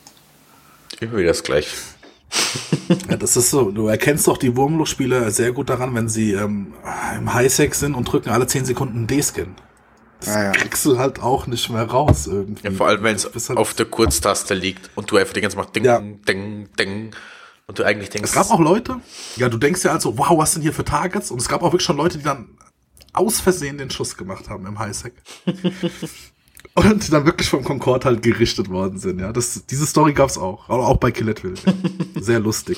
Immer wieder das Gleiche. Ja, das ist so, du erkennst doch die Wurmloch-Spieler sehr gut daran, wenn sie ähm, im Highsec sind und drücken alle zehn Sekunden einen D-Scan. Das ah, ja. kriegst du halt auch nicht mehr raus irgendwie. Ja, vor allem, wenn es halt auf der Kurztaste liegt und du einfach die ganze Mal ding, ja. ding, ding und du eigentlich denkst... Es gab auch Leute, ja, du denkst ja also, wow, was sind hier für Targets? Und es gab auch wirklich schon Leute, die dann aus Versehen den Schuss gemacht haben im Highsec. Und dann wirklich vom Concorde halt gerichtet worden sind, ja. Das, diese Story gab's auch. Aber auch bei Killettville. Ja. Sehr lustig.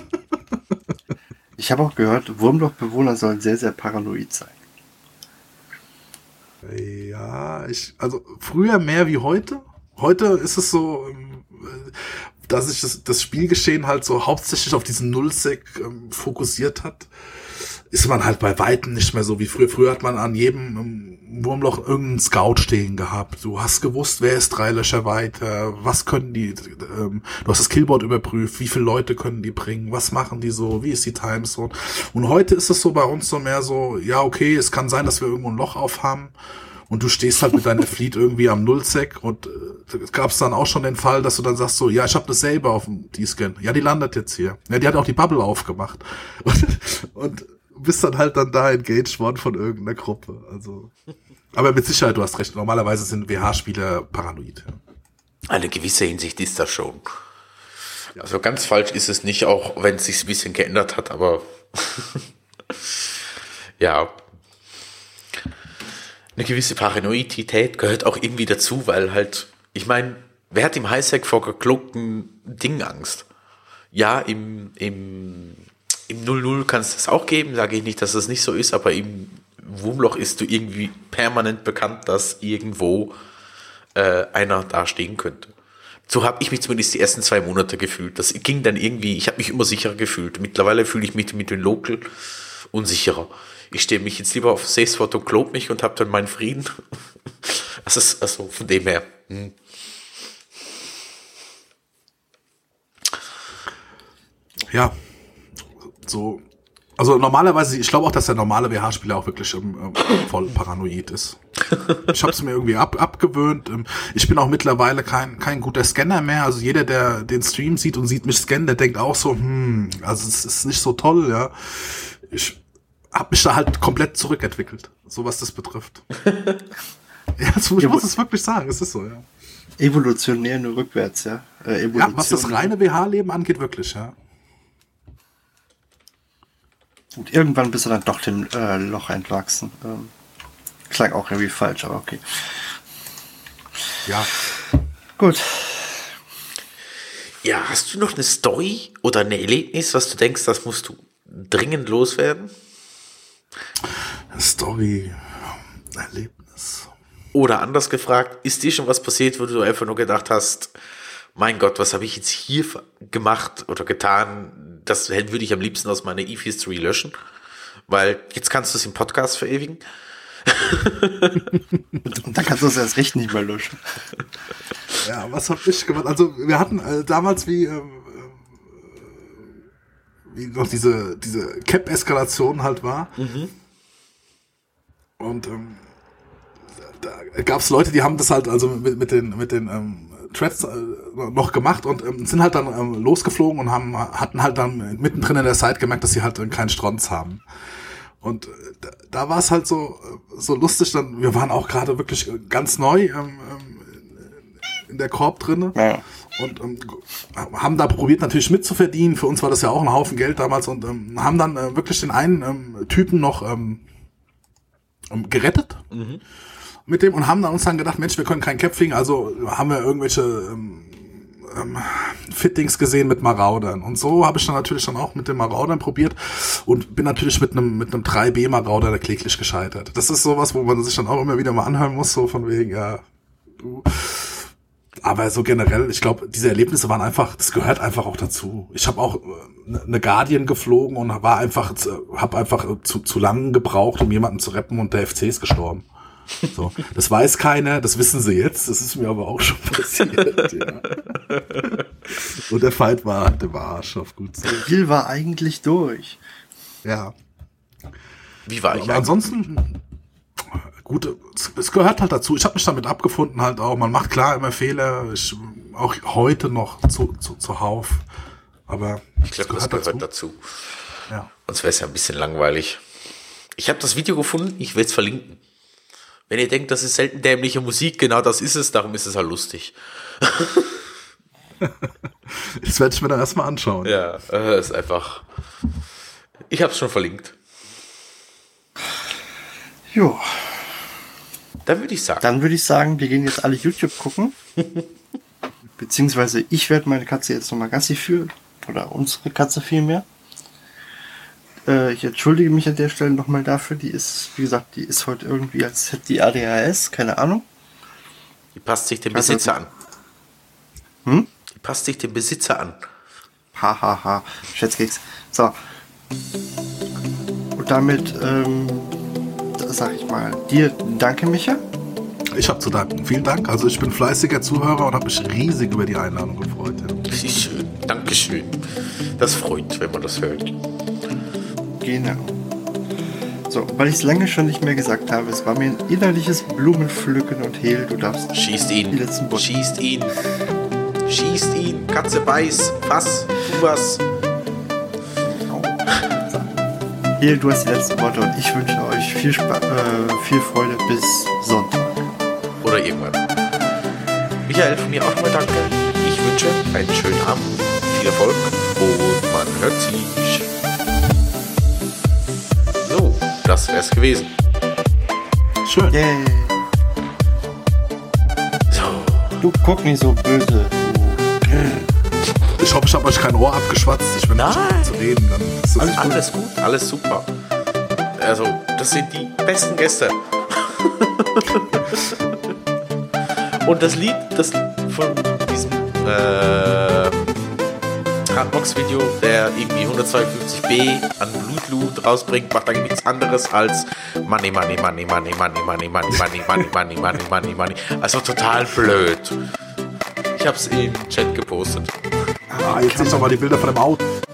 Ich habe auch gehört, Wurmloch-Bewohner sollen sehr, sehr paranoid sein. Ja, ich, also früher mehr wie heute. Heute ist es so, dass sich das, das Spielgeschehen halt so hauptsächlich auf diesen Nullsec ähm, fokussiert hat. Ist man halt bei Weitem nicht mehr so wie früher. Früher hat man an jedem ähm, Wurmloch irgendeinen Scout stehen gehabt. Du hast gewusst, wer ist drei Löcher weiter, was können die, ähm, du hast das Killboard überprüft, wie viele Leute können die bringen, was machen die so, wie ist die Timezone. Und heute ist es so bei uns so mehr so, ja okay, es kann sein, dass wir irgendwo ein Loch aufhaben und du stehst halt mit deiner Fleet irgendwie am Nullsec und äh, gab es dann auch schon den Fall, dass du dann sagst so, ja, ich habe das selber auf dem D-Scan. Ja, die landet jetzt hier. Ja, die hat auch die Bubble aufgemacht. Und, und bist dann halt dann da engaged worden von irgendeiner Gruppe. Also, aber mit Sicherheit, du hast recht. Normalerweise sind W H-Spieler paranoid. Ja. Eine gewisse Hinsicht ist das schon. Ja. Also ganz falsch ist es nicht, auch wenn es sich ein bisschen geändert hat, aber ja. Eine gewisse Paranoidität gehört auch irgendwie dazu, weil halt, ich meine, wer hat im Highsec vor geklonkten Dingen Angst? Ja, im, im Im null null kann es das auch geben, sage ich nicht, dass das nicht so ist, aber im Wurmloch ist du irgendwie permanent bekannt, dass irgendwo äh, einer da stehen könnte. So habe ich mich zumindest die ersten zwei Monate gefühlt. Das ging dann irgendwie, ich habe mich immer sicherer gefühlt. Mittlerweile fühle ich mich mit den Local unsicherer. Ich stehe mich jetzt lieber auf Safe Spot und klob mich und habe dann meinen Frieden. Das ist also von dem her. Hm. Ja. So, also normalerweise, ich glaube auch, dass der normale W H-Spieler auch wirklich ähm, voll paranoid ist. Ich habe es mir irgendwie ab, abgewöhnt. Ich bin auch mittlerweile kein kein guter Scanner mehr. Also jeder, der den Stream sieht und sieht mich scannen, der denkt auch so, hm, also es ist nicht so toll, ja. Ich habe mich da halt komplett zurückentwickelt, so was das betrifft. Ja, also ich muss es wirklich sagen, es ist so, ja. Evolutionär nur rückwärts, ja. Äh, ja, was das reine W H-Leben angeht, wirklich, ja. Und irgendwann bist du dann doch dem äh, Loch entwachsen. Ähm, klang auch irgendwie falsch, aber okay. Ja. Gut. Ja, hast du noch eine Story oder ein Erlebnis, was du denkst, das musst du dringend loswerden? Story, Erlebnis. Oder anders gefragt, ist dir schon was passiert, wo du einfach nur gedacht hast, mein Gott, was habe ich jetzt hier gemacht oder getan? Das würde ich am liebsten aus meiner Eve History löschen, weil jetzt kannst du es im Podcast verewigen. Und dann kannst du es erst recht nicht mehr löschen. Ja, was habe ich gemacht? Also wir hatten äh, damals wie, äh, wie noch diese diese Cap-Eskalation halt war. Mhm. Und ähm, da gab es Leute, die haben das halt also mit, mit den mit den ähm, Threads äh, noch gemacht und ähm, sind halt dann ähm, losgeflogen und haben hatten halt dann mittendrin in der Site gemerkt, dass sie halt äh, keinen Stronz haben. Und äh, da, da war es halt so so lustig, dann wir waren auch gerade wirklich ganz neu ähm, in der Korb drinne. Ja. Und ähm, haben da probiert natürlich mitzuverdienen. Für uns war das ja auch ein Haufen Geld damals und ähm, haben dann äh, wirklich den einen ähm, Typen noch ähm, gerettet. Mhm. Mit dem und haben dann uns dann gedacht, Mensch, wir können kein Cap fliegen, also haben wir irgendwelche ähm, ähm, Fittings gesehen mit Maraudern. Und so habe ich dann natürlich dann auch mit den Maraudern probiert und bin natürlich mit einem mit einem drei B Marauder da kläglich gescheitert. Das ist sowas, wo man sich dann auch immer wieder mal anhören muss, so von wegen, ja, du. Aber so generell, ich glaube, diese Erlebnisse waren einfach, das gehört einfach auch dazu. Ich habe auch eine Guardian geflogen und war einfach, habe einfach zu, zu lang gebraucht, um jemanden zu retten und der F C ist gestorben. So, das weiß keiner, das wissen sie jetzt, das ist mir aber auch schon passiert. Ja. Und der Fight war halt im Arsch auf gut so. Der Deal war eigentlich durch. Ja. Wie war ich? Aber ansonsten, gut, es gehört halt dazu. Ich habe mich damit abgefunden halt auch. Man macht klar immer Fehler. Ich auch heute noch zu, zu, zuhauf. Aber ich glaube, das gehört dazu. dazu. Ja. Sonst wäre es ja ein bisschen langweilig. Ich habe das Video gefunden, ich werde es verlinken. Wenn ihr denkt, das ist selten dämliche Musik, genau das ist es, darum ist es halt lustig. Das werde ich mir dann erstmal anschauen. Ja, äh, ist einfach... Ich habe es schon verlinkt. Jo. Dann würde ich sagen. Dann würde ich sagen, wir gehen jetzt alle YouTube gucken. Beziehungsweise ich werde meine Katze jetzt nochmal Gassi führen. Oder unsere Katze vielmehr. Äh, ich entschuldige mich an der Stelle nochmal dafür. Die ist, wie gesagt, die ist heute irgendwie, als hätte die A D H S. Keine Ahnung. Die passt sich dem Also, Besitzer an. Hm? Die passt sich dem Besitzer an. Hahaha. Ha, ha. Schätzkeks. So. Und damit, ähm, sag ich mal, dir danke, Micha. Ich habe zu danken. Vielen Dank. Also ich bin fleißiger Zuhörer und habe mich riesig über die Einladung gefreut. Ja. Das ist schön. Dankeschön. Das freut, wenn man das hört. Genau. So, weil ich es lange schon nicht mehr gesagt habe, es war mir ein innerliches Blumenpflücken und Hehl, du darfst Schießt die ihn. letzten Worte. Schießt ihn. Schießt ihn. Katze beiß. Fass. Tu was. Hehl, du hast die letzten Worte und ich wünsche euch viel Spaß, äh, viel Freude bis Sonntag. Oder irgendwann. Michael, von mir auch nochmal danke. Ich wünsche einen schönen Abend, viel Erfolg und man hört sich. So, das wär's gewesen. Schön. Yay. So. Du guck nicht so böse. Ich hoffe, ich habe euch kein Ohr abgeschwatzt. Ich bin nicht Nein. zu reden. Dann ist das Alles, alles gut, alles super. Also, das sind die besten Gäste. Und das Lied, das von diesem äh, Hardbox-Video, der irgendwie hundertzweiundfünfzig b an Blutloot rausbringt, macht eigentlich nichts anderes als Money, Money, Money, Money, Money, Money, Money, Money, Money, Money, Money, Money, Money. Also total blöd. Ich hab's im Chat gepostet. Ah, jetzt sehe ich doch mal die Bilder von dem Auto.